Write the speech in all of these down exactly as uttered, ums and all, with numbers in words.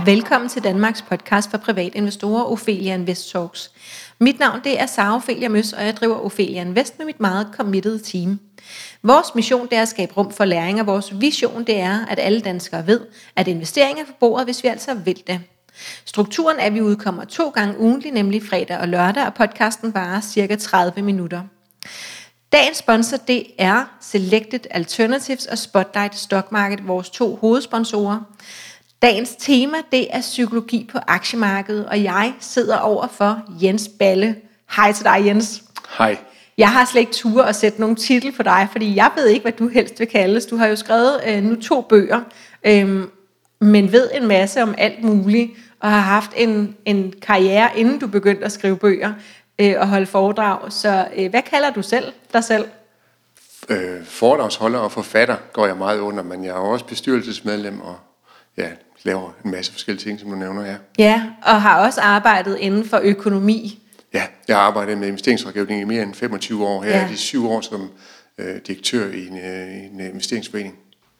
Velkommen til Danmarks podcast for privatinvestorer, Ophelia Invest Talks. Mit navn det er Sara Ophelia Møs, og jeg driver Ophelia Invest med mit meget committed team. Vores mission det er at skabe rum for læring, og vores vision det er, at alle danskere ved, at investeringer er på bordet, hvis vi altså vil det. Strukturen er, at vi udkommer to gange ugentlig, nemlig fredag og lørdag, og podcasten varer cirka tredive minutter. Dagens sponsor det er Selected Alternatives og Spotlight Stock Market, vores to hovedsponsorer. Dagens tema det er psykologi på aktiemarkedet, og jeg sidder over for Jens Balle. Hej til dig, Jens. Hej. Jeg har slet ikke tur at sætte nogen titel på dig, fordi jeg ved ikke, hvad du helst vil kaldes. Du har jo skrevet øh, nu to bøger, øh, men ved en masse om alt muligt, og har haft en, en karriere, inden du begyndte at skrive bøger øh, og holde foredrag. Så øh, hvad kalder du selv dig selv? Øh, foredragsholder og forfatter går jeg meget under, men jeg er også bestyrelsesmedlem og ja, laver en masse forskellige ting, som du nævner her. Ja, og har også arbejdet inden for økonomi. Ja, jeg har arbejdet med investeringsrådgivning i mere end femogtyve år. Her ja. er de syv år som øh, direktør i en, øh, en investeringsforening.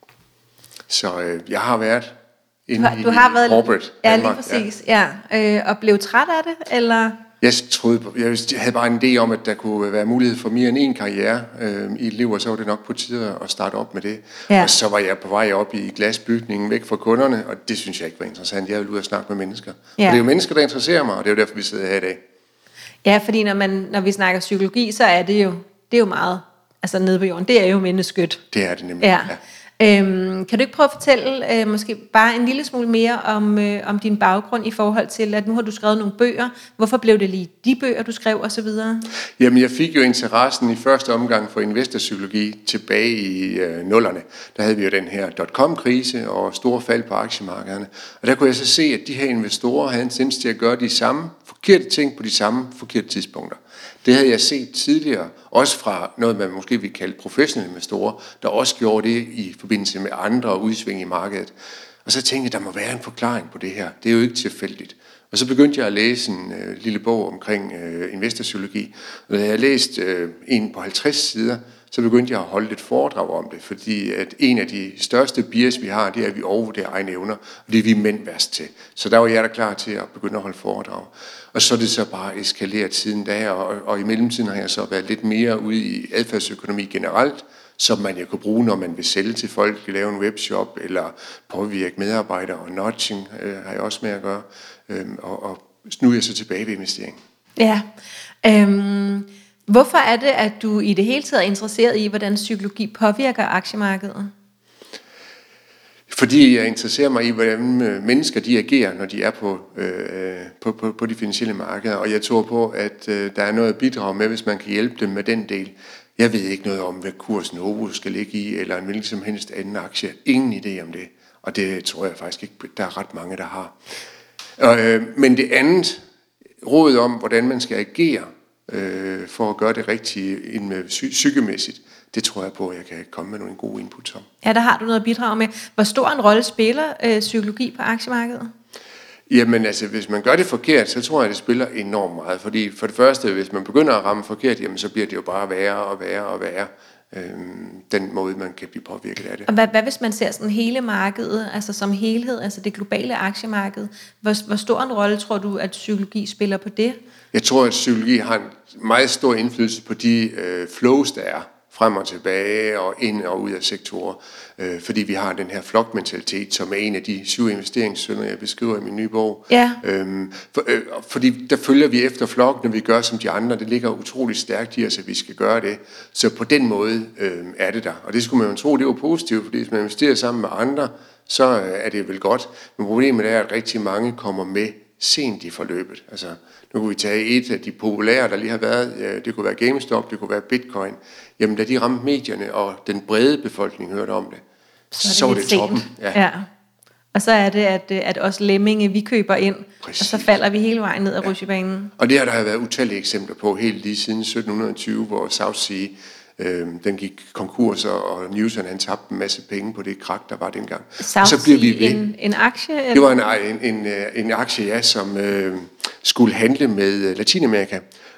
Så øh, jeg har været inde du, du har i været, corporate ja, Danmark. lige præcis. Ja. Ja. Øh, og blev træt af det, eller? Jeg troede, jeg havde bare en idé om, at der kunne være mulighed for mere end én karriere øh, i et liv, og så var det nok på tide at starte op med det. Ja. Og så var jeg på vej op i glasbygningen væk fra kunderne, og det synes jeg ikke var interessant. Jeg ville ud og snakke med mennesker. Ja. Og det er jo mennesker, der interesserer mig, og det er jo derfor, vi sidder her i dag. Ja, fordi når, man, når vi snakker psykologi, så er det jo, det er jo meget altså nede på jorden. Det er jo mennesket. Det er det nemlig, ja. ja. Øhm, kan du ikke prøve at fortælle øh, måske bare en lille smule mere om, øh, om din baggrund i forhold til, at nu har du skrevet nogle bøger. Hvorfor blev det lige de bøger, du skrev og så videre? Jamen, jeg fik jo interessen i første omgang for investorpsykologi tilbage i øh, nullerne. Der havde vi jo den her dot-com-krise og store fald på aktiemarkederne. Og der kunne jeg så se, at de her investorer havde en tendens til at gøre de samme forkerte ting på de samme forkerte tidspunkter. Det havde jeg set tidligere, også fra noget, man måske vil kalde professionelle investorer, der også gjorde det i forbindelse med andre udsving i markedet. Og så tænkte jeg, der må være en forklaring på det her. Det er jo ikke tilfældigt. Og så begyndte jeg at læse en øh, lille bog omkring øh, investorpsykologi. Og da jeg læste øh, en på halvtreds sider, så begyndte jeg at holde et foredrag om det, fordi at en af de største bias, vi har, det er, at vi overvurderer egne evner, og det er vi mænd værst til. Så der var jeg da klar til at begynde at holde foredrag. Og så er det så bare eskaleret siden da, og, og i mellemtiden har jeg så været lidt mere ude i adfærdsøkonomi generelt, som man jo kan bruge, når man vil sælge til folk, lave en webshop, eller påvirke medarbejdere, og nudging øh, har jeg også med at gøre, øhm, og, og nu er jeg så tilbage ved investering. Ja, øhm hvorfor er det, at du i det hele taget er interesseret i, hvordan psykologi påvirker aktiemarkedet? Fordi jeg interesserer mig i, hvordan mennesker de agerer, når de er på, øh, på, på, på de finansielle markeder. Og jeg tror på, at øh, der er noget at bidrage med, hvis man kan hjælpe dem med den del. Jeg ved ikke noget om, hvad kursen Novo skal ligge i, eller en hvilken som helst anden aktie. Ingen idé om det. Og det tror jeg faktisk ikke, der er ret mange, der har. Og, øh, men det andet råd om, hvordan man skal agere, Øh, for at gøre det rigtige psy- psykemæssigt, det tror jeg på, at jeg kan komme med nogle gode inputs om. Ja, der har du noget at bidrage med. Hvor stor en rolle spiller øh, psykologi på aktiemarkedet? Jamen altså, hvis man gør det forkert, så tror jeg, det spiller enormt meget. Fordi for det første, hvis man begynder at ramme forkert, jamen så bliver det jo bare værre og værre og værre. Øhm, den måde, man kan blive påvirket af det. Og hvad, hvad hvis man ser sådan hele markedet, altså som helhed, altså det globale aktiemarked, hvor, hvor stor en rolle tror du, at psykologi spiller på det? Jeg tror, at psykologi har en meget stor indflydelse på de øh, flows, der er frem og tilbage og ind og ud af sektorer, øh, fordi vi har den her flokmentalitet, som er en af de syv investeringssynder, jeg beskriver i min nye bog. Ja. Øhm, for, øh, fordi der følger vi efter flok, når vi gør som de andre. Det ligger utroligt stærkt i os, at vi skal gøre det. Så på den måde øh, er det der. Og det skulle man jo tro, det var positivt, fordi hvis man investerer sammen med andre, så øh, er det vel godt. Men problemet er, at rigtig mange kommer med sent i forløbet. Altså, nu kunne vi tage et af de populære, der lige har været, det kunne være GameStop, det kunne være Bitcoin. Jamen, da de ramte medierne, og den brede befolkning hørte om det, så, så var det toppen. Ja. Ja. Og så er det, at, at os lemminge, vi køber ind, præcis. Og så falder vi hele vejen ned ad ja. rutsjebanen. Og det har der været utallige eksempler på, helt lige siden sytten tyve, hvor South Sea, øh, den gik konkurs, og Newton han tabte en masse penge på det krak, der var dengang. South så bliver vi ved. En, en aktie? Eller? Det var en, en, en, en aktie, ja, som øh, skulle handle med Latinamerika.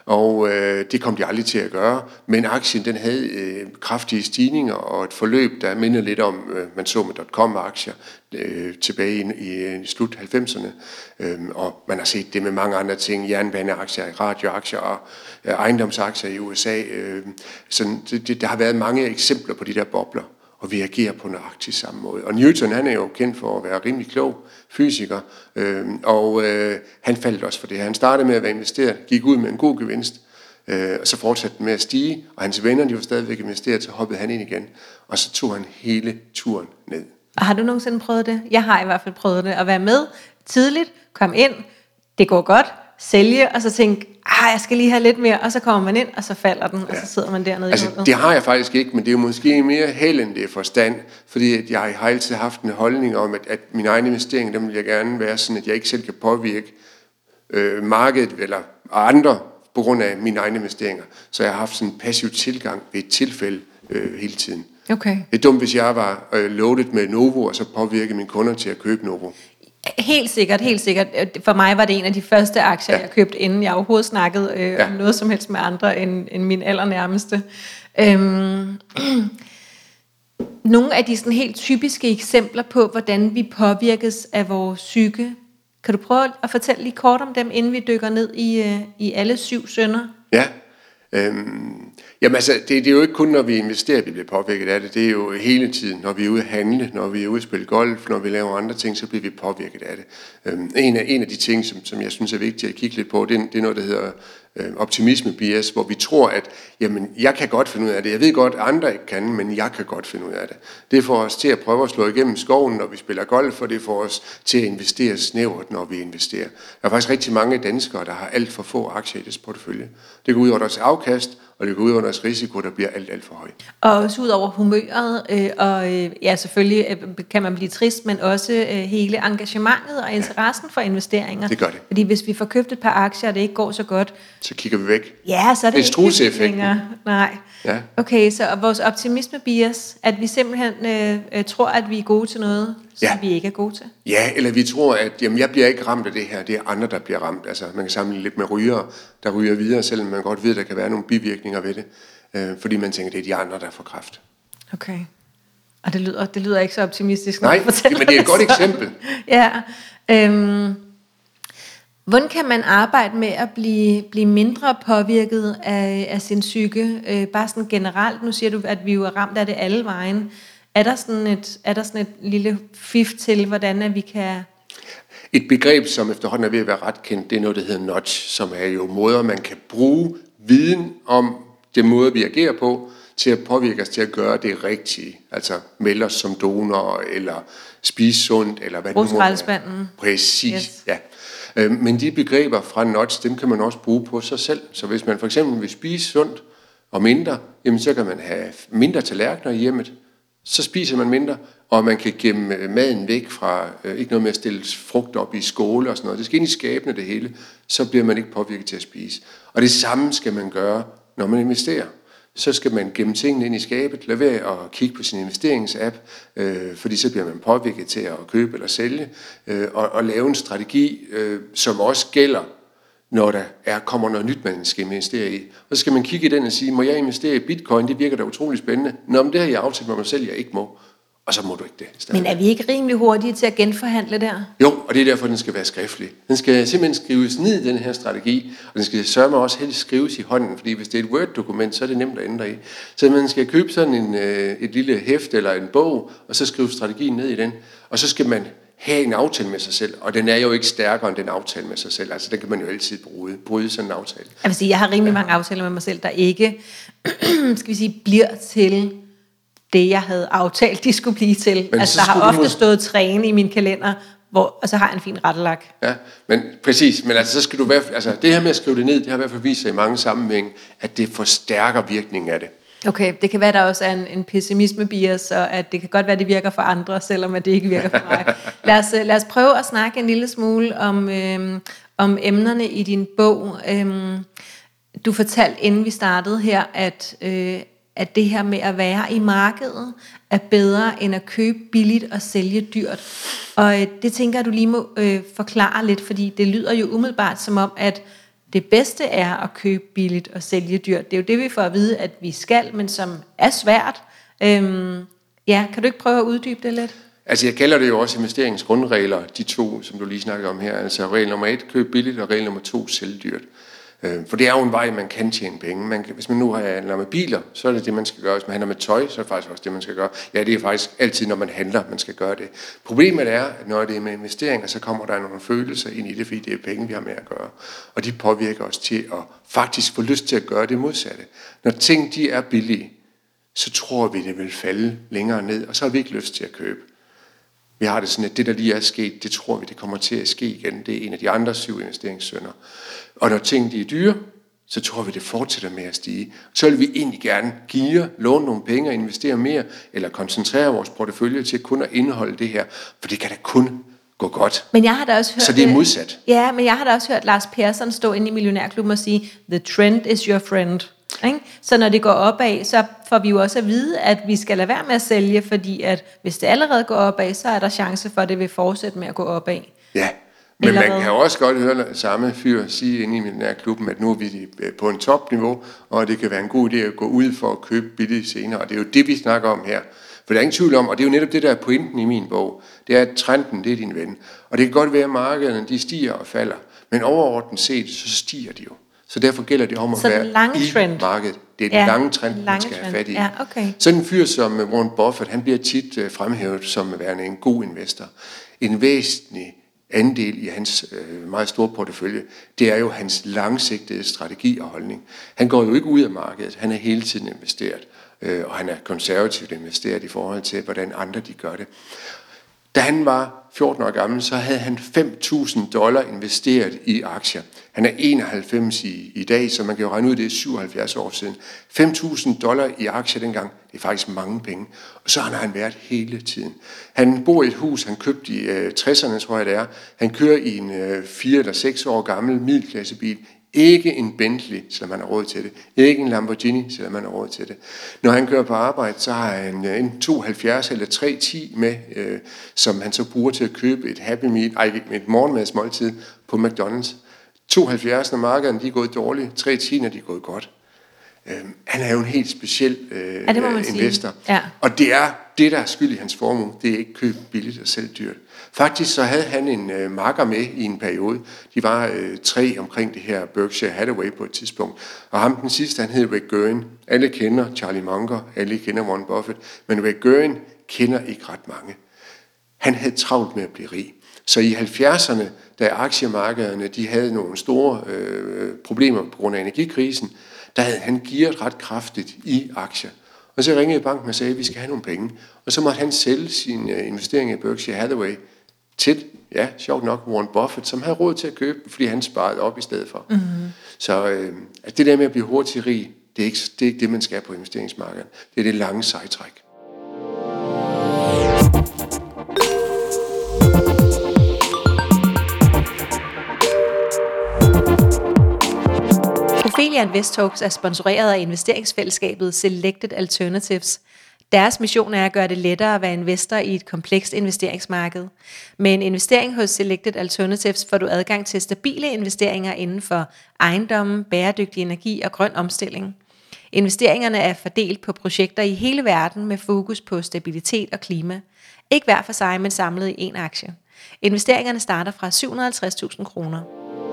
og øh, det kom de aldrig til at gøre. Men aktien den havde øh, kraftige stigninger og et forløb, der minder lidt om, øh, man så med dot-com-aktier øh, tilbage i, i, i slut halvfemserne. Øh, og man har set det med mange andre ting, jernbaneaktier, radioaktier og øh, ejendomsaktier i U S A. Øh, sådan, det, det, der har været mange eksempler på de der bobler, og vi agerer på nøjagtig samme måde. Og Newton, han er jo kendt for at være rimelig klog fysiker, øh, og øh, han faldt også for det her. Han startede med at være investeret, gik ud med en god gevinst, øh, og så fortsatte den med at stige, og hans venner, de var stadigvæk investeret, så hoppede han ind igen, og så tog han hele turen ned. Og har du nogensinde prøvet det? Jeg har i hvert fald prøvet det, at være med tidligt, komme ind, det går godt, sælge, og så tænke, ah, jeg skal lige have lidt mere, og så kommer man ind, og så falder den, ja. Og så sidder man dernede altså, i hullet. Det har jeg faktisk ikke, men det er jo måske mere held end det er forstand, fordi jeg har altid haft en holdning om, at, at min egen investering, dem vil jeg gerne være sådan, at jeg ikke selv kan påvirke øh, markedet eller andre på grund af mine egne investeringer. Så jeg har haft sådan en passiv tilgang ved et tilfælde øh, hele tiden. Okay. Det er dumt, hvis jeg var øh, loaded med Novo, og så påvirke mine kunder til at købe Novo. Helt sikkert, helt sikkert. For mig var det en af de første aktier, ja. Jeg købte, inden jeg overhovedet snakkede øh, ja. om noget som helst med andre end, end min allernærmeste. Øhm, nogle af de sådan helt typiske eksempler på, hvordan vi påvirkes af vores psyke. Kan du prøve at fortælle lige kort om dem, inden vi dykker ned i, øh, i alle syv synder? Ja. Øhm, jamen altså, det, det er jo ikke kun, når vi investerer, vi bliver påvirket af det. Det er jo hele tiden, når vi er ude at handle, når vi er ude at spille golf, når vi laver andre ting, så bliver vi påvirket af det. Øhm, en, af, en af de ting, som, som jeg synes er vigtigt at kigge lidt på, det, det er noget, der hedder øh, optimisme bias, hvor vi tror, at jamen, jeg kan godt finde ud af det. Jeg ved godt, at andre ikke kan, men jeg kan godt finde ud af det. Det får os til at prøve at slå igennem skoven, når vi spiller golf, og det får os til at investere snævert, når vi investerer. Der er faktisk rigtig mange danskere, der har alt for få aktier i deres portefølje. Det går ud over deres afkast, og det går ud over deres risiko, der bliver alt, alt for høj. Og også ud over humøret, øh, og øh, ja, selvfølgelig øh, kan man blive trist, men også øh, hele engagementet og interessen ja. for investeringer. Det gør det. Fordi hvis vi får købt et par aktier, og det ikke går så godt, så kigger vi væk. Ja, så er det, det er strudseeffekten. Nej. Ja. Okay, så vores optimisme bias, at vi simpelthen øh, tror, at vi er gode til noget, som ja. vi ikke er gode til. Ja, eller vi tror, at jamen, jeg bliver ikke ramt af det her, det er andre, der bliver ramt. Altså, man kan sammenligne lidt med rygere, der ryger videre, selvom man godt ved, at der kan være nogle bivirkninger ved det. Øh, fordi man tænker, det er de andre, der får kræft. Okay. Og det lyder, det lyder ikke så optimistisk. Nej, men det er et godt eksempel. Ja. Øhm, hvordan kan man arbejde med at blive, blive mindre påvirket af, af sin psyke? Øh, bare sådan generelt, nu siger du, at vi jo er ramt af det alle vejen. Er der sådan et, er der sådan et lille fif til, hvordan at vi kan... Et begreb, som efterhånden er ved at være ret kendt, det er noget, der hedder nudge, som er jo måder, man kan bruge viden om den måde, vi agerer på, til at påvirke os til at gøre det rigtige. Altså melde os som donor, eller spise sundt, eller hvad det nu er. Præcis, yes. Ja. Men de begreber fra nudge, dem kan man også bruge på sig selv. Så hvis man for eksempel vil spise sundt og mindre, jamen så kan man have mindre tallerkener i hjemmet. Så spiser man mindre, og man kan gemme maden væk fra, øh, ikke noget med at stille frugt op i skåle og sådan noget. Det skal ind i skabene det hele, så bliver man ikke påvirket til at spise. Og det samme skal man gøre, når man investerer. Så skal man gemme tingene ind i skabet, lade være at kigge på sin investeringsapp, øh, fordi så bliver man påvirket til at købe eller sælge, øh, og, og lave en strategi, øh, som også gælder, når der er, kommer noget nyt, man skal investere i. Og så skal man kigge i den og sige, må jeg investere i bitcoin? Det virker da utrolig spændende. Nå, men det har jeg aftalt med mig selv, jeg ikke må. Og så må du ikke det. Stadig. Men er vi ikke rimelig hurtige til at genforhandle der? Jo, og det er derfor, den skal være skriftlig. Den skal simpelthen skrives ned, den her strategi, og den skal sørge mig også helst skrives i hånden, fordi hvis det er et Word-dokument, så er det nemt at ændre i. Så man skal købe sådan en, et lille hæft eller en bog, og så skrive strategien ned i den, og så skal man have en aftale med sig selv, og den er jo ikke stærkere end den aftale med sig selv. Altså, den kan man jo altid bryde, bryde sådan en aftale. Jeg vil sige, jeg har rimelig mange aftaler med mig selv, der ikke, skal vi sige, bliver til det, jeg havde aftalt, de skulle blive til. Men altså, der har ofte måske stået træne i min kalender, hvor, og så har jeg en fin rettelak. Ja, men præcis. Men altså, så skal du være, altså, det her med at skrive det ned, det har i hvert fald vist sig i mange sammenhænge, at det forstærker virkningen af det. Okay, det kan være, der også er en, en pessimisme-bias, og at det kan godt være, det virker for andre, selvom at det ikke virker for mig. Lad os, lad os prøve at snakke en lille smule om, øhm, om emnerne i din bog. Øhm, du fortalte, inden vi startede her, at, øh, at det her med at være i markedet er bedre end at købe billigt og sælge dyrt. Og øh, det tænker jeg, du lige må øh, forklare lidt, fordi det lyder jo umiddelbart som om, at det bedste er at købe billigt og sælge dyrt. Det er jo det, vi får at vide, at vi skal, men som er svært. Øhm, ja, kan du ikke prøve at uddybe det lidt? Altså jeg kalder det jo også investeringsgrundregler, de to, som du lige snakkede om her. Altså regel nummer et, køb billigt, og regel nummer to, sælg dyrt. For det er jo en vej, man kan tjene penge. Man kan, hvis man nu handler med biler, så er det det, man skal gøre. Hvis man handler med tøj, så er det faktisk også det, man skal gøre. Ja, det er faktisk altid, når man handler, man skal gøre det. Problemet er, at når det er med investeringer, så kommer der nogle følelser ind i det, fordi det er penge, vi har med at gøre. Og de påvirker os til at faktisk få lyst til at gøre det modsatte. Når ting de er billige, så tror vi, det vil falde længere ned, og så har vi ikke lyst til at købe. Vi har det sådan, at det, der lige er sket, det tror vi, det kommer til at ske igen. Det er en af de andre syv investeringssynder. Og når ting de er dyre, så tror vi, det fortsætter med at stige. Så vil vi egentlig gerne geare, låne nogle penge og investere mere, eller koncentrere vores portefølje til kun at indeholde det her, for det kan da kun gå godt. Men jeg har da også hørt, så det er modsat. Ja, men jeg har da også hørt Lars Persson stå inde i Millionærklubben og sige, the trend is your friend. Ikke? Så når det går opad, så får vi jo også at vide, at vi skal lade være med at sælge, fordi at hvis det allerede går opad, så er der chance for, at det vil fortsætte med at gå opad. Ja, men Eller man hvad? kan jo også godt høre samme fyr sige inde i Millionærklubben, at nu er vi på en topniveau, og det kan være en god idé at gå ud for at købe billigt senere. Og det er jo det, vi snakker om her. For der er ingen tvivl om, og det er jo netop det, der er pointen i min bog, det er, at trenden, det er din ven. Og det kan godt være, at markederne de stiger og falder, men overordnet set, så stiger de jo. Så derfor gælder det om at Så være lange i trend. markedet. Det er den Ja, lange trend, lange man skal trend. have fat i. Ja, okay. Sådan en fyr som Warren Buffett, han bliver tit uh, fremhævet som værende en god investor. En væsentlig andel i hans øh, meget store portefølje, det er jo hans langsigtede strategi og holdning. Han går jo ikke ud af markedet, han er hele tiden investeret, øh, og han er konservativt investeret i forhold til, hvordan andre de gør det. Da han var fjorten år gammel, så havde han fem tusind dollar investeret i aktier. Han er enoghalvfems i, i dag, så man kan jo regne ud, det er syvoghalvfjerds år siden. fem tusind dollar i aktier dengang, det er faktisk mange penge. Og så har han været hele tiden. Han bor i et hus, han købte i øh, tresserne, tror jeg det er. Han kører i en øh, fire eller seks år gammel middelklassebil. Ikke en Bentley, selvom man har råd til det. Ikke en Lamborghini, selvom man har råd til det. Når han kører på arbejde, så har han en tooghalvfjerds eller tre ti med, øh, som han så bruger til at købe et Happy Meal, ej, et morgenmadsmåltid på McDonald's. tooghalvfjerds, når markederne de er gået dårligt, tre ti, når de er gået godt. Øh, han er jo en helt speciel øh, ja, det må man investor. sige. Ja. Og det er det, der er skyld i hans formue. Det er ikke køb billigt og selv dyrt. Faktisk så havde han en øh, makker med i en periode. De var øh, tre omkring det her Berkshire Hathaway på et tidspunkt. Og ham den sidste, han hed Rick Guerin. Alle kender Charlie Munger, alle kender Warren Buffett. Men Rick Guerin kender ikke ret mange. Han havde travlt med at blive rig. Så i halvfjerdserne, da aktiemarkederne de havde nogle store øh, problemer på grund af energikrisen, der havde han gearet ret kraftigt i aktier. Og så ringede banken og sagde, at vi skal have nogle penge. Og så måtte han sælge sin uh, investering i Berkshire Hathaway til, ja, sjovt nok, Warren Buffett, som havde råd til at købe, fordi han sparede op i stedet for. Mm-hmm. Så øh, at det der med at blive hurtigt rig, det er, ikke, det er ikke det, man skal på investeringsmarkedet. Det er det lange sejtræk. Ophelia Invest Talks er sponsoreret af investeringsfællesskabet Selected Alternatives. Deres mission er at gøre det lettere at være investor i et komplekst investeringsmarked. Med en investering hos Selected Alternatives får du adgang til stabile investeringer inden for ejendomme, bæredygtig energi og grøn omstilling. Investeringerne er fordelt på projekter i hele verden med fokus på stabilitet og klima. Ikke hver for sig, men samlet i én aktie. Investeringerne starter fra syv hundrede og halvtreds tusind kroner.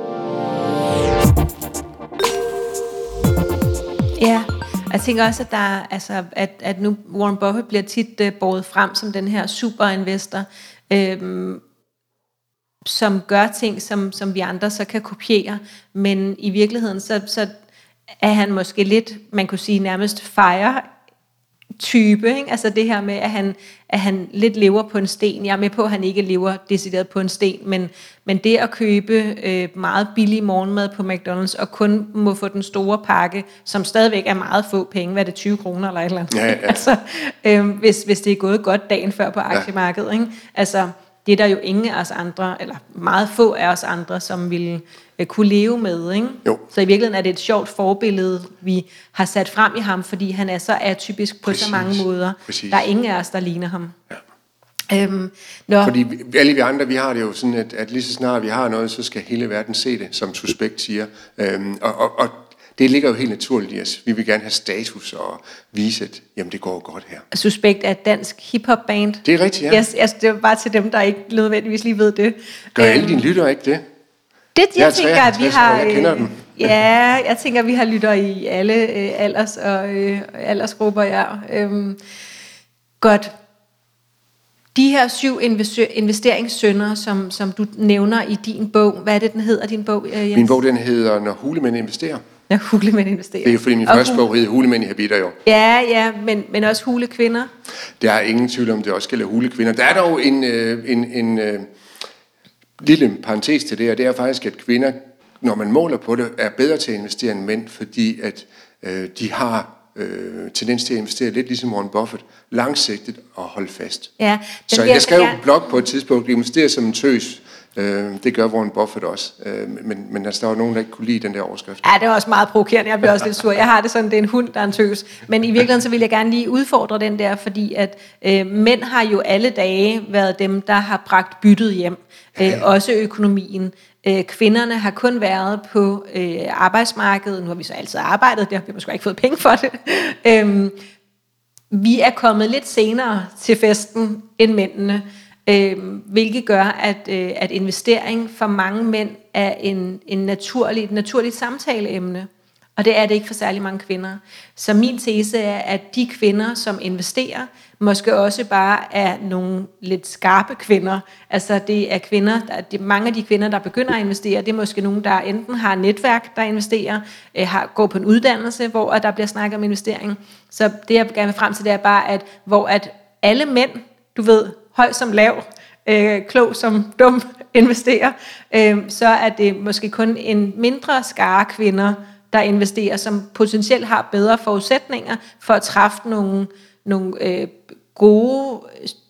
Ja, jeg tænker også, at, der, altså, at, at nu Warren Buffett bliver tit uh, båret frem som den her superinvestor, øhm, som gør ting, som, som vi andre så kan kopiere, men i virkeligheden så, så er han måske lidt, man kunne sige nærmest fire type, ikke? Altså det her med, at han, at han lidt lever på en sten. Jeg er med på, at han ikke lever decideret på en sten, men, men det at købe øh, meget billig morgenmad på McDonald's, og kun må få den store pakke, som stadigvæk er meget få penge, hvad er det, tyve kroner eller et eller andet? Ja, ja. Altså, øh, hvis, hvis det er gået godt dagen før på aktiemarkedet, ikke? Altså, det er der jo ingen af os andre, eller meget få af os andre, som ville øh, kunne leve med, ikke? Jo. Så i virkeligheden er det et sjovt forbillede, vi har sat frem i ham, fordi han er så atypisk på Præcis. så mange måder. Præcis. Der er ingen af os, der ligner ham. Ja. Øhm, nå. Fordi vi, alle vi andre, vi har det jo sådan, at, at lige så snart vi har noget, så skal hele verden se det, som Suspekt siger. Øhm, og, og, og det ligger jo helt naturligt i os. Vi vil gerne have status og vise, at jamen, det går godt her. Suspekt er et dansk hiphop-band. Det er rigtigt, ja. Yes, altså, det var bare til dem, der ikke nødvendigvis lige ved det. Gør øhm, alle dine lyttere ikke det? Det, jeg, jeg tænker, at vi har... Jeg kender dem. Ja, jeg tænker, at vi har lytter i alle øh, alders og øh, aldersgrupper, ja. Øhm, godt. De her syv investeringssynder, som, som du nævner i din bog, hvad er det, den hedder, din bog, Jens? Min bog, den hedder Når hulemænd investerer. Når hulemænd investerer. Det er jo fordi, min og første hu- bog hedder Hulemænd i habitter jo. Ja, ja, men, men også hulekvinder. Der er ingen tvivl om, det også gælder hulekvinder. Der er dog en, øh, en, en øh, lille parentes til det, og det er faktisk, at kvinder, når man måler på det, er bedre til at investere end mænd, fordi at øh, de har øh, tendens til at investere lidt ligesom Warren Buffett, langsigtet og holde fast. Ja, så jeg skrev en blog på et tidspunkt, investere som en tøs. Øh, det gør Warren Buffett også, øh, men, men altså, der var nogen, der ikke kunne lide den der overskrift. Ja, det var også meget provokerende, jeg blev også lidt sur. Jeg har det sådan, det er en hund, der er en tøs. Men i virkeligheden, så vil jeg gerne lige udfordre den der, fordi at øh, mænd har jo alle dage været dem, der har bragt byttet hjem, øh, også økonomien. Øh, kvinderne har kun været på øh, arbejdsmarkedet, nu har vi så altid arbejdet, det har vi måske ikke fået penge for det. øh, vi er kommet lidt senere til festen end mændene, Øh, hvilket gør, at, øh, at investering for mange mænd er en, en naturlig, et naturligt samtaleemne. Og det er det ikke for særlig mange kvinder. Så min tese er, at de kvinder, som investerer, måske også bare er nogle lidt skarpe kvinder. Altså det er kvinder, der, det, mange af de kvinder, der begynder at investere, det er måske nogen, der enten har netværk, der investerer, øh, har, går på en uddannelse, hvor der bliver snakket om investering. Så det jeg gerne vil frem til, det er bare, at hvor at alle mænd, du ved, høj som lav, øh, klog som dum investerer, øh, så er det måske kun en mindre skare kvinder, der investerer, som potentielt har bedre forudsætninger for at træffe nogle, nogle øh, gode,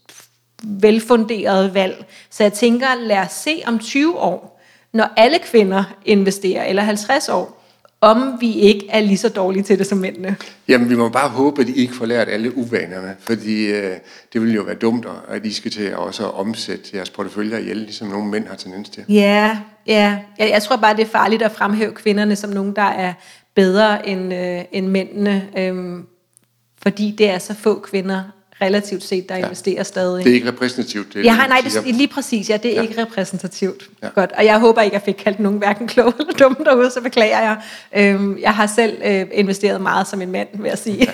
velfunderede valg. Så jeg tænker, lad os se om tyve år, når alle kvinder investerer, eller halvtreds år, om vi ikke er lige så dårlige til det som mændene. Jamen, vi må bare håbe, at I ikke får lært alle uvanerne, fordi øh, det vil jo være dumt, at I skal til at også omsætte jeres porteføljer ihjel, ligesom nogle mænd har tendens til. Ja, ja. Jeg, jeg tror bare, det er farligt at fremhæve kvinderne som nogen, der er bedre end, øh, end mændene, øh, fordi det er så få kvinder, relativt set, der ja. investerer stadig. Det er ikke repræsentativt. Det ja, nej, det er lige præcis, ja, det er ja. ikke repræsentativt. Ja. Godt, og jeg håber ikke, jeg fik kaldt nogen hverken klog eller dumme derude, så beklager jeg. Øhm, jeg har selv øh, investeret meget som en mand, vil jeg sige.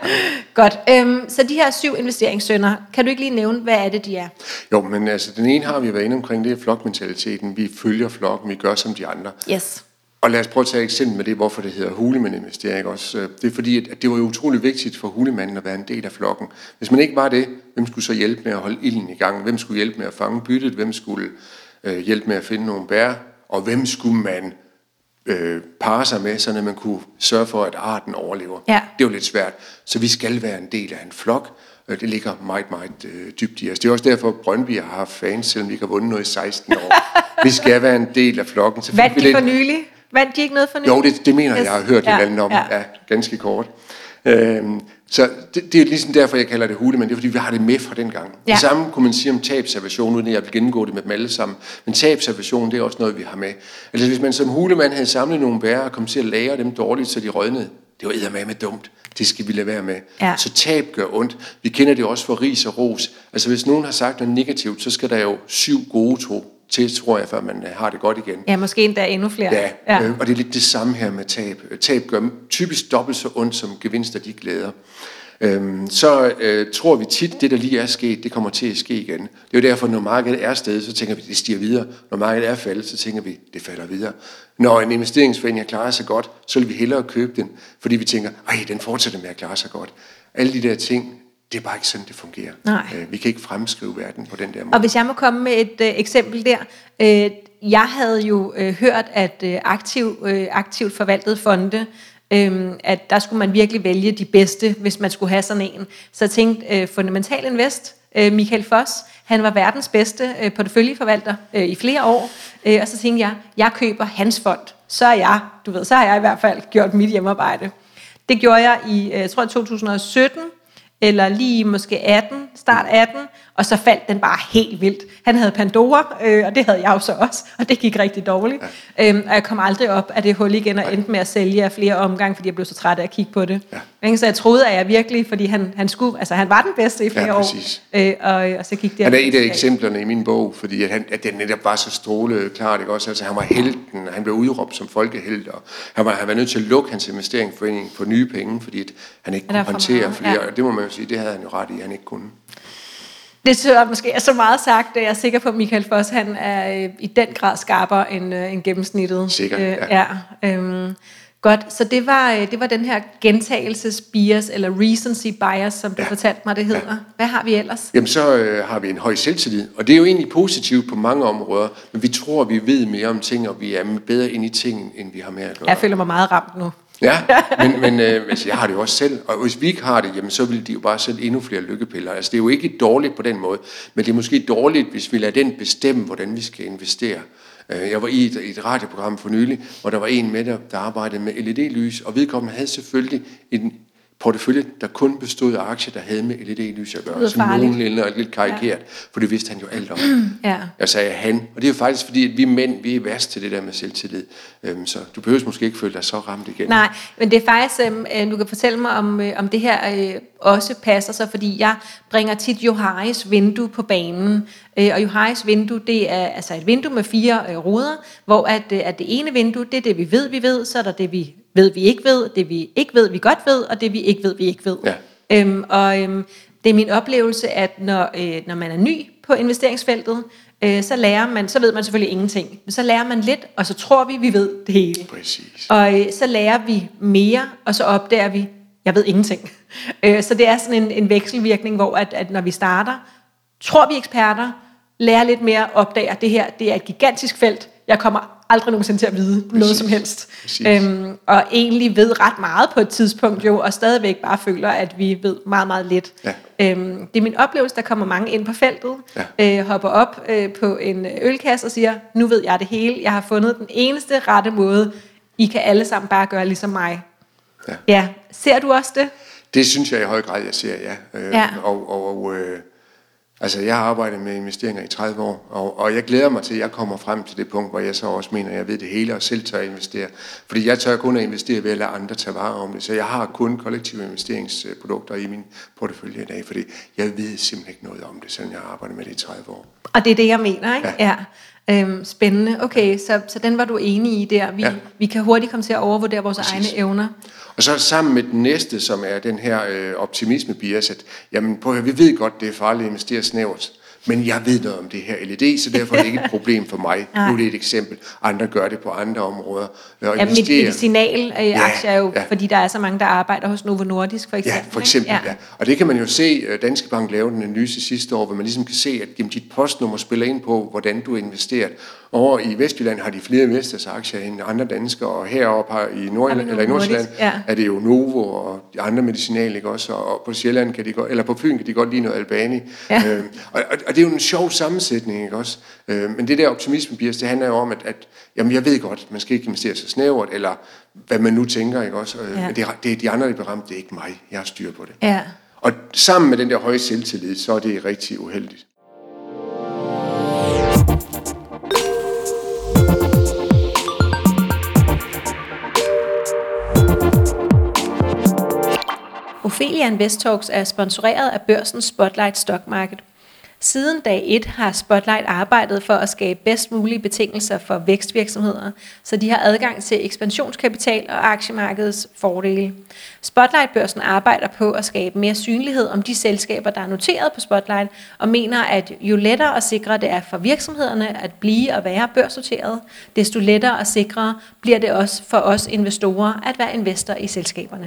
Godt, øhm, så de her syv investeringssynder, kan du ikke lige nævne, hvad er det, de er? Jo, men altså, den ene har vi været inde omkring, det er flokmentaliteten. Vi følger flokken, vi gør som de andre. Yes. Og lad os prøve at tage et eksempel med det, hvorfor det hedder hulemandinvestering også. Det er fordi, at det var jo utrolig vigtigt for hulemanden at være en del af flokken. Hvis man ikke var det, hvem skulle så hjælpe med at holde ilden i gang? Hvem skulle hjælpe med at fange byttet? Hvem skulle øh, hjælpe med at finde nogle bær? Og hvem skulle man øh, parre sig med, så man kunne sørge for, at arten overlever? Ja. Det er jo lidt svært. Så vi skal være en del af en flok. Det ligger meget, meget øh, dybt i os. Det er også derfor, at Brøndby har haft fans, selvom vi ikke har vundet noget i seksten år. Vi skal være en del af flokken. Vandt de for nylig? Vandt de ikke noget for nylig? Jo, det, det mener yes. jeg har hørt ja, lidt om. Ja. Ja, ganske kort. Øhm, så det, det er ligesom derfor, jeg kalder det hule, men det er fordi, vi har det med fra den gang. Ja. Det samme kunne man sige om tabservation, uden at jeg vil gennemgå det med dem alle sammen. Men tabservation, det er også noget, vi har med. Altså hvis man som hulemand havde samlet nogle bær og kom til at lagre dem dårligt, så de rødnede, det var eddermame dumt. Det skal vi lade være med. Ja. Så tab gør ondt. Vi kender det også for ris og ros. Altså hvis nogen har sagt noget negativt, så skal der jo syv gode tro til, tror jeg, før man har det godt igen. Ja, måske endda endnu flere. Ja, ja. Øh, og det er lidt det samme her med tab. Tab gør typisk dobbelt så ondt, som gevinster de glæder. Øhm, så øh, tror vi tit, det der lige er sket, det kommer til at ske igen. Det er jo derfor, når markedet er stedet, så tænker vi, det stiger videre. Når markedet er faldet, så tænker vi, det falder videre. Når en investeringsforening klarer sig godt, så vil vi hellere købe den, fordi vi tænker, ej, den fortsætter med at klare sig godt. Alle de der ting, det er bare ikke sådan, det fungerer. Nej. Vi kan ikke fremskrive verden på den der måde. Og hvis jeg må komme med et øh, eksempel der. Øh, jeg havde jo øh, hørt, at øh, aktiv, øh, aktivt forvaltede fonde, øh, at der skulle man virkelig vælge de bedste, hvis man skulle have sådan en. Så jeg tænkte, øh, Fundamental Invest, øh, Michael Foss, han var verdens bedste øh, porteføljeforvalter øh, i flere år. Øh, og så tænkte jeg, jeg køber hans fond. Så er jeg, du ved, så har jeg i hvert fald gjort mit hjemmearbejde. Det gjorde jeg i, øh, jeg tror, to tusind og sytten. eller lige måske atten, start atten, og så faldt den bare helt vildt. Han havde Pandora, øh, og det havde jeg jo så også, og det gik rigtig dårligt. Ja. Øhm, og jeg kom aldrig op af det hul igen, og endte med at sælge af flere omgange, fordi jeg blev så træt af at kigge på det. Ja. Så jeg troede, at jeg virkelig, fordi han, han skulle, altså han var den bedste i flere ja, år, øh, og, og så gik det. Han er et af eksemplerne i min bog, fordi at, han, at den netop var så stråle klart, ikke også? Altså han var helten, han blev udråbt som folkehelt, og han var, han var nødt til at lukke hans investeringsforening for nye penge, fordi at han ikke kunne håndtere flere, ja. Og det må man jo sige, det havde han jo ret i, han ikke kunne. Det synes jeg måske er så meget sagt, at jeg er sikker på, at Michael Foss, han er øh, i den grad skarpere end, øh, end gennemsnittet. Sikkert, øh, ja. ja øhm, godt, så det var, øh, det var den her gentagelsesbias, eller recency bias, som du ja. fortalte mig, det hedder. Ja. Hvad har vi ellers? Jamen så øh, har vi en høj selvtillid, og det er jo egentlig positivt på mange områder, men vi tror, vi ved mere om ting, og vi er bedre ind i ting, end vi har med at gøre. Jeg føler mig meget ramt nu. Ja, men, men øh, altså, jeg har det jo også selv, og hvis vi ikke har det, jamen, så vil de jo bare sætte endnu flere lykkepiller. Altså, det er jo ikke dårligt på den måde, men det er måske dårligt, hvis vi lader den bestemme, hvordan vi skal investere. Jeg var i et, et radioprogram for nylig, hvor der var en med, der, der arbejdede med L E D-lys, og vedkommende havde selvfølgelig en portefølje, der kun bestod af aktier, der havde med L E D-lys at gøre. Som nogenlunde og lidt karikeret, ja. For det vidste han jo alt om. Ja. Jeg sagde han, og det er jo faktisk fordi, at vi mænd, vi er værst til det der med selvtillid. Øhm, så du behøver måske ikke føle dig så ramt igen. Nej, men det er faktisk, øh, du kan fortælle mig, om, øh, om det her øh, også passer sig, fordi jeg bringer tit Joharis vindue på banen. Øh, og Joharis vindue, det er altså et vindue med fire øh, ruder, hvor at, øh, at det ene vindue, det er det, vi ved, vi ved, så er der det, vi ved, vi ikke ved, det vi ikke ved, vi godt ved, og det vi ikke ved, vi ikke ved. Ja. Øhm, og øhm, det er min oplevelse, at når, øh, når man er ny på investeringsfeltet, øh, så lærer man, så ved man selvfølgelig ingenting. Men så lærer man lidt, og så tror vi, vi ved det hele. Præcis. Og øh, så lærer vi mere, og så opdager vi, jeg ved ingenting. Øh, så det er sådan en, en vekselvirkning, hvor at, at når vi starter, tror vi eksperter, lærer lidt mere, opdager, at det her det er et gigantisk felt. Jeg kommer aldrig nogensinde til at vide Præcis. noget som helst. Øhm, og egentlig ved ret meget på et tidspunkt jo, og stadigvæk bare føler, at vi ved meget, meget lidt. Ja. Øhm, det er min oplevelse, der kommer mange ind på feltet, ja. øh, hopper op øh, på en ølkasse og siger, nu ved jeg det hele, jeg har fundet den eneste rette måde, I kan alle sammen bare gøre ligesom mig. Ja. Ja. Ser du også det? Det synes jeg i høj grad, jeg ser, ja. Øh, ja. Og, og, og øh, altså, jeg har arbejdet med investeringer i tredive år, og, og jeg glæder mig til, at jeg kommer frem til det punkt, hvor jeg så også mener, at jeg ved det hele, og selv tør at investere. Fordi jeg tør kun at investere ved at lade andre tage vare om det, så jeg har kun kollektive investeringsprodukter i min portefølje i dag, fordi jeg ved simpelthen ikke noget om det, selvom jeg har arbejdet med det i tredive år. Og det er det, jeg mener, ikke? Ja. ja. Øhm, spændende. Okay, så, så den var du enig i der. Vi, ja. vi kan hurtigt komme til at overvurdere vores Præcis. egne evner. Og så sammen med den næste, som er den her øh, optimisme-bias, at jamen, prøv at, vi ved godt, det er farligt at investere snævert, men jeg ved noget om det her L E D, så derfor er det ikke et problem for mig. Nu er det et eksempel. Andre gør det på andre områder. Ja, medicinal-aktier er jo, ja. fordi der er så mange, der arbejder hos Novo Nordisk, for eksempel. Ja, for eksempel, ja. ja. Og det kan man jo se, Danske Bank lavede en analyse sidste år, hvor man ligesom kan se, at jamen, dit postnummer spiller ind på, hvordan du investerer. Over i Vestjylland har de flere Vestas aktier end andre danskere, og heroppe har i Nordjylland, eller i Nordsjælland ja. er det jo Novo og de andre medicinal, ikke også? Og på Sjælland kan de godt, eller på Fyn kan de godt lide noget Albani. Ja. Øh, og, og det er jo en sjov sammensætning, ikke også? Øh, men det der optimisme-bias, det handler jo om, at, at jamen, jeg ved godt, man skal ikke investere så snævert, eller hvad man nu tænker, ikke også? Øh, ja. Men det, det er de andre, der bliver ramt, det er ikke mig. Jeg har styr på det. Ja. Og sammen med den der høje selvtillid, så er det rigtig uheldigt. Ophelia Invest Talks er sponsoreret af børsen Spotlight Stock Market. Siden dag et har Spotlight arbejdet for at skabe bedst mulige betingelser for vækstvirksomheder, så de har adgang til ekspansionskapital og aktiemarkedets fordele. Spotlight-børsen arbejder på at skabe mere synlighed om de selskaber, der er noteret på Spotlight, og mener, at jo lettere og sikrere det er for virksomhederne at blive og være børsnoteret, desto lettere og sikrere bliver det også for os investorer at være investor i selskaberne.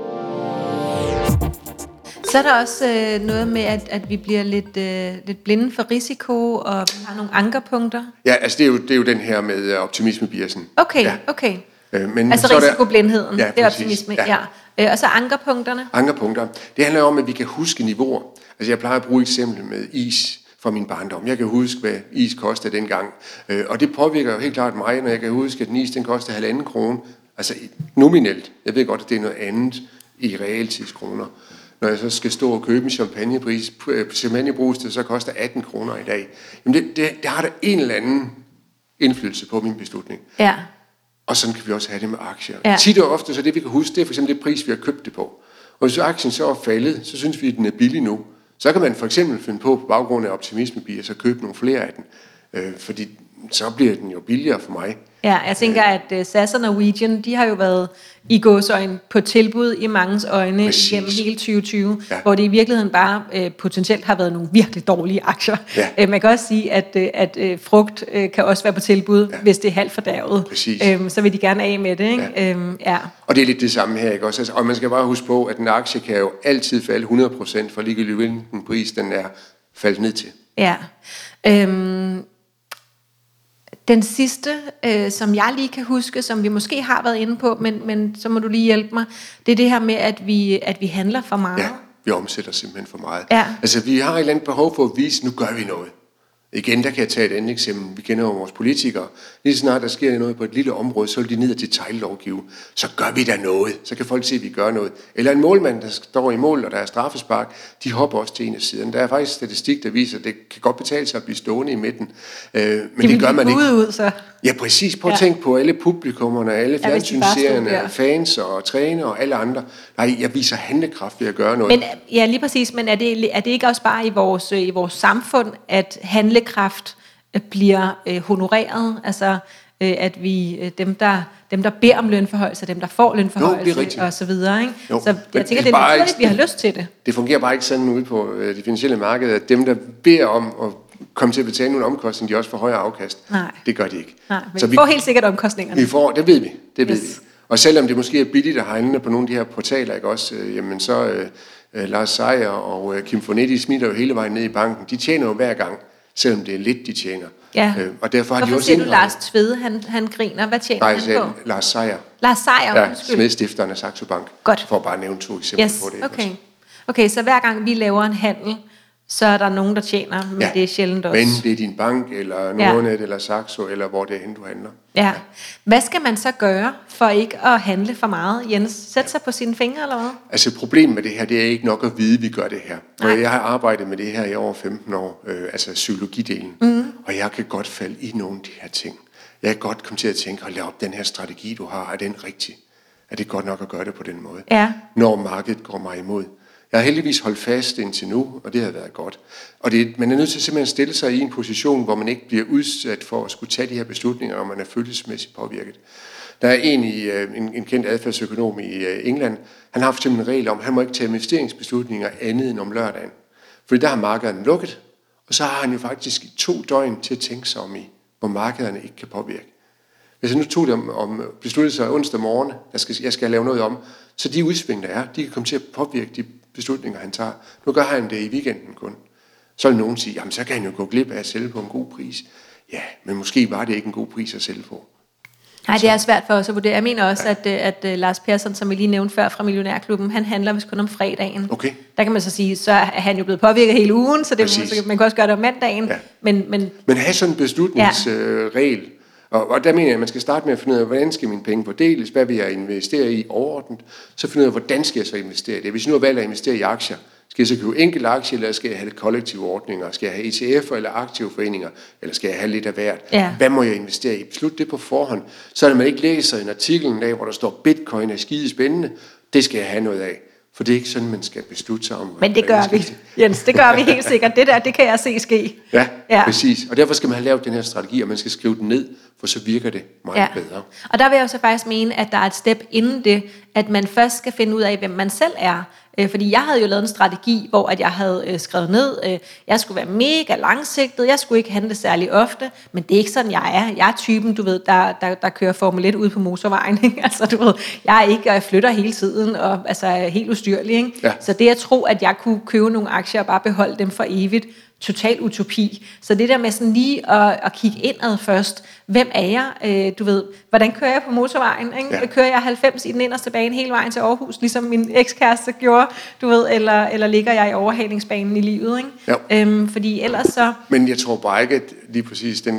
Så er der også øh, noget med, at, at vi bliver lidt, øh, lidt blinde for risiko, og vi har nogle ankerpunkter. Ja, altså det er jo, det er jo den her med optimisme-biasen. Okay, ja. okay. Øh, men altså risikoblindheden, ja, det er optimisme, ja. ja. Øh, og så ankerpunkterne. Ankerpunkter. Det handler om, at vi kan huske niveauer. Altså jeg plejer at bruge eksempel med is fra min barndom. Jeg kan huske, hvad is kostede dengang. Øh, og det påvirker jo helt klart mig, når jeg kan huske, at en is den kostede halvanden krone. Altså nominelt. Jeg ved godt, at det er noget andet i realtidskroner. når jeg så skal stå og købe en champagnepris, champagnebrus, det så koster atten kroner i dag. Jamen det, det, det har da en eller anden indflydelse på min beslutning. Ja. Og sådan kan vi også have det med aktier. Ja. Tit og ofte, så det vi kan huske, det er for eksempel det pris, vi har købt det på. Og hvis aktien så er faldet, så synes vi, at den er billig nu. Så kan man for eksempel finde på, på baggrund af optimismebier, så købe nogle flere af den. Øh, fordi så bliver den jo billigere for mig. Ja, jeg tænker, at uh, S A S og Norwegian, de har jo været i gåseøjne på tilbud i manges øjne Præcis. Gennem hele tyve tyve, ja. Hvor det i virkeligheden bare uh, potentielt har været nogle virkelig dårlige aktier. Ja. Uh, man kan også sige, at, uh, at uh, frugt uh, kan også være på tilbud, ja. Hvis det er halvt fordærvet. Um, så vil de gerne af med det, ikke? Ja. Um, ja. Og det er lidt det samme her, ikke også? Altså, og man skal bare huske på, at en aktie kan jo altid falde hundrede procent for ligegyldigt hvilken pris den er faldet ned til. Ja. Um, Den sidste, øh, som jeg lige kan huske, som vi måske har været inde på, men, men så må du lige hjælpe mig, det er det her med, at vi, at vi handler for meget. Ja, vi omsætter simpelthen for meget. Ja. Altså, vi har et eller andet behov for at vise, nu gør vi noget. Igen, der kan jeg tage et andet eksempel. Vi kender jo vores politikere. Lige snart der sker noget på et lille område, så vil de ned og detaillovgive. Så gør vi da noget. Så kan folk se, at vi gør noget. Eller en målmand, der står i mål, og der er straffespark, de hopper også til en af siderne. Der er faktisk statistik, der viser, at det kan godt betale sig at blive stående i midten. Øh, men de det gør man ikke. Ud, så. Ja, præcis. Prøv at ja. tænke på alle publikummerne, alle fjernsynsserierne, ja, fans og trænere og alle andre. Nej, jeg viser handlekraft ved at gøre noget. Men, ja, lige præcis. Men er det, er det ikke også bare i vores, i vores samfund, at handlekraft bliver øh, honoreret? Altså, øh, at vi øh, dem, der, dem, der beder om lønforhøjelse, dem, der får lønforhøjelse og så videre. Ikke? Jo, så jeg tænker, det er naturligt, at vi har lyst til det. Det fungerer bare ikke sådan ude på øh, det finansielle marked, at dem, der beder om at komme til at betale nogle omkostninger, de også får højere afkast. Nej. Det gør de ikke. Nej, men så vi får helt sikkert omkostningerne. Vi får, det ved vi. Det ved yes. vi. Og selvom det måske er billigt at handle på nogle af de her portaler, ikke også, øh, jamen så øh, øh, Lars Seier og øh, Kim Fonetti smitter jo hele vejen ned i banken. De tjener jo hver gang, selvom det er lidt, de tjener. Ja. Øh, og derfor har Hvorfor de også siger du Lars Tvede, han, han griner? Hvad tjener Nej, han på? Lars Seier. Lars Seier, ja, smedstifteren af Saxo Bank. Godt. For at bare nævne to eksempler yes. på det. Okay. Okay, så hver gang vi laver en handel, så er der nogen, der tjener, men ja. Det er sjældent også. Men det er din bank, eller Nordnet, ja. Eller Saxo, eller hvor det er hen, du handler. Ja. Hvad skal man så gøre, for ikke at handle for meget, Jens? Sæt sig på sine fingre, eller hvad? Altså problemet med det her, det er ikke nok at vide, at vi gør det her. Nej. Jeg har arbejdet med det her i over femten år, øh, altså psykologidelen, mm. og jeg kan godt falde i nogle af de her ting. Jeg kan godt komme til at tænke, hold op, den her strategi, du har, er den rigtig? Er det godt nok at gøre det på den måde? Ja. Når markedet går mig imod. Jeg har heldigvis holdt fast indtil nu, og det har været godt. Og det, man er nødt til simpelthen at stille sig i en position, hvor man ikke bliver udsat for at skulle tage de her beslutninger, når man er følelsesmæssigt påvirket. Der er en, i, en, en kendt adfærdsøkonom i England, han har for eksempel en regel om, at han må ikke tage investeringsbeslutninger andet end om lørdagen. Fordi der har markederne lukket, og så har han jo faktisk to døgn til at tænke sig om i, hvor markederne ikke kan påvirke. Hvis jeg nu tog det om, om besluttede sig onsdag morgen, jeg skal, jeg skal lave noget om, så de udsving, der er, de kan komme til at påvirke de beslutninger, han tager. Nu gør han det i weekenden kun. Så vil nogen sige, jamen så kan han jo gå glip af at sælge på en god pris. Ja, men måske var det ikke en god pris at sælge på. Nej, det er svært for os at vurdere. Jeg mener også, ja. at, at, at Lars Persson, som vi lige nævnte før fra Millionærklubben, han handler vist kun om fredagen. Okay. Der kan man så sige, så er han jo blevet påvirket hele ugen, så, det, så man kan også gøre det om mandagen. Ja. Men, men, men have sådan en beslutningsregel, ja. Og, og der mener jeg, at man skal starte med at finde ud af, hvordan skal mine penge fordeles, hvad vil jeg investere i overordnet, så finde ud af, hvordan skal jeg så investere i det. Hvis jeg nu har valgt at investere i aktier, skal jeg så købe enkelte aktier, eller skal jeg have kollektive ordninger, skal jeg have E T F'er eller aktive foreninger, eller skal jeg have lidt af hvert? Ja. Hvad må jeg investere i? Beslut det på forhånd, så at man ikke læser en artikel en dag, hvor der står, bitcoin er skide spændende, det skal jeg have noget af. For det er ikke sådan, man skal beslutte sig om. Men det gør vi, Jens. Det gør vi helt sikkert. Det der, det kan jeg se ske. Ja, ja, præcis. Og derfor skal man have lavet den her strategi, og man skal skrive den ned, for så virker det meget ja. bedre. Og der vil jeg jo så faktisk mene, at der er et step inden det, at man først skal finde ud af, hvem man selv er. Fordi jeg havde jo lavet en strategi, hvor at jeg havde skrevet ned, jeg skulle være mega langsigtet, jeg skulle ikke handle særlig ofte, men det er ikke sådan, jeg er. Jeg er typen, du ved, der, der, der kører Formel et ud på motorvejen. Ikke? Altså, du ved, jeg er ikke, og jeg flytter hele tiden, og altså, er helt ustyrlig. Ikke? Ja. Så det at tro, at jeg kunne købe nogle aktier og bare beholde dem for evigt, total utopi. Så det der med sådan lige at, at kigge indad først. Hvem er jeg? Øh, du ved, hvordan kører jeg på motorvejen? Ikke? Ja. Kører jeg halvfems i den inderste bane hele vejen til Aarhus, ligesom min ekskæreste gjorde, du ved, eller, eller ligger jeg i overhalingsbanen i livet? Ikke? Øhm, fordi ellers så... Men jeg tror bare ikke, at lige præcis den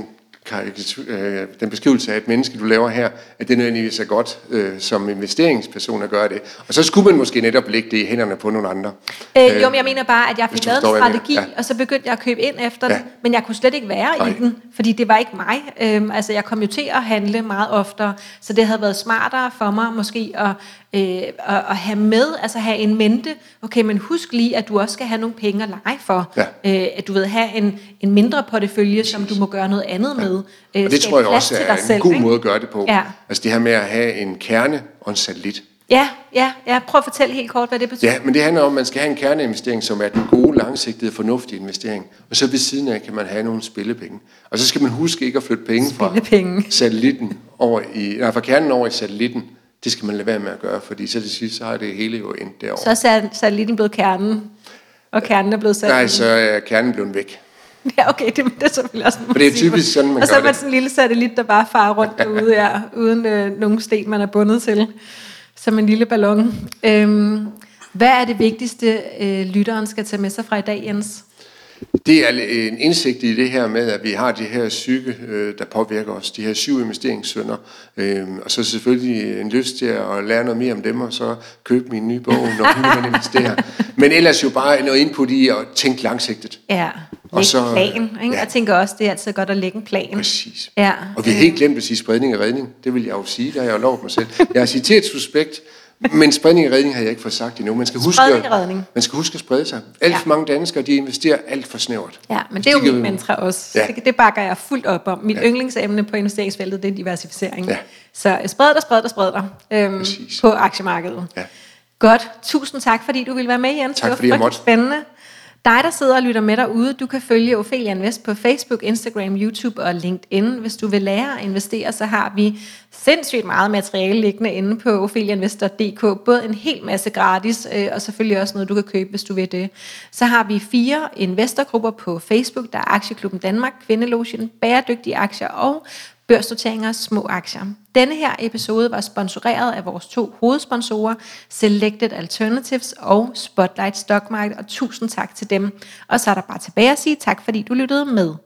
den beskrivelse af et menneske, du laver her, at det nødvendigvis er godt øh, som investeringsperson at gøre det. Og så skulle man måske netop lægge det i hænderne på nogle andre. Øh, jo, men jeg mener bare, at jeg fik lavet en strategi, ja. og så begyndte jeg at købe ind efter ja. den, men jeg kunne slet ikke være Nej. i den, fordi det var ikke mig. Øhm, altså, jeg kom jo til at handle meget oftere, så det havde været smartere for mig måske at, øh, at, at have med, altså have en mente, okay, men husk lige, at du også skal have nogle penge at lege for. Ja. Øh, at du ved, have en, en mindre portefølje, som du må gøre noget andet ja. med. Øh, og det tror jeg også er en selv, god ikke? måde at gøre det på. Ja. Altså det her med at have en kerne og en satellit. Ja, ja, ja. Prøv at fortælle helt kort, hvad det betyder. Ja, men det handler om, at man skal have en kerneinvestering, som er den gode, langsigtede, fornuftige investering. Og så ved siden af kan man have nogle spillepenge. Og så skal man huske ikke at flytte penge fra satellitten over i, nej, fra kernen over i satellitten. Det skal man lade være med at gøre, fordi så til sidst, så har det hele jo endt derovre. Så er satellitten blevet kernen, og kernen er blevet satellitten. Nej, så er kernen blevet væk. Ja, okay, det, det er selvfølgelig også... For det er typisk sådan, man og så gør er man det. sådan en lille satellit, der bare farer rundt derude, ja, uden øh, nogen sten, man er bundet til. Som en lille ballon. Øhm, hvad er det vigtigste, øh, lytteren skal tage med sig fra i dag, Jens? Det er en indsigt i det her med, at vi har de her psyke, øh, der påvirker os. De her syv investeringssynder. Øh, og så selvfølgelig en lyst til at lære noget mere om dem, og så købe min nye bog, når man investerer. Men ellers jo bare noget input i at tænke langsigtet. Ja, lægge så, plan. Ikke? Ja. Jeg tænker også, det er altid godt at lægge en plan. Præcis. Ja. Og vi har helt glemt at sige spredning og redning. Det vil jeg jo sige, det har jeg jo lovet mig selv. Jeg har citetsuspekt, men spredning og redning har jeg ikke fået sagt endnu. Man skal huske, man skal huske at sprede sig. Alt for ja. mange danskere, de investerer alt for snævert. Ja, men det er jo mit mantra også. Ja. Det, det bakker jeg fuldt op om. Mit ja. yndlingsemne på investeringsfeltet, det er diversificering. Ja. Så spred dig, spred dig, spred dig øhm, på aktiemarkedet. Ja. Godt. Tusind tak, fordi du ville være med, Jens. Tak, det fordi jeg måtte. Spændende. Dig, der sidder og lytter med derude, du kan følge Ophelia Invest på Facebook, Instagram, YouTube og LinkedIn. Hvis du vil lære at investere, så har vi sindssygt meget materiale liggende inde på ophelia invest punktum d k. Både en hel masse gratis, øh, og selvfølgelig også noget, du kan købe, hvis du vil det. Så har vi fire investorgrupper på Facebook. Der er Aktieklubben Danmark, Kvindelogen, Bæredygtige Aktier og Børsnoteringer små aktier. Denne her episode var sponsoreret af vores to hovedsponsorer, Selected Alternatives og Spotlight Stock Market, og tusind tak til dem. Og så er der bare tilbage at sige tak, fordi du lyttede med.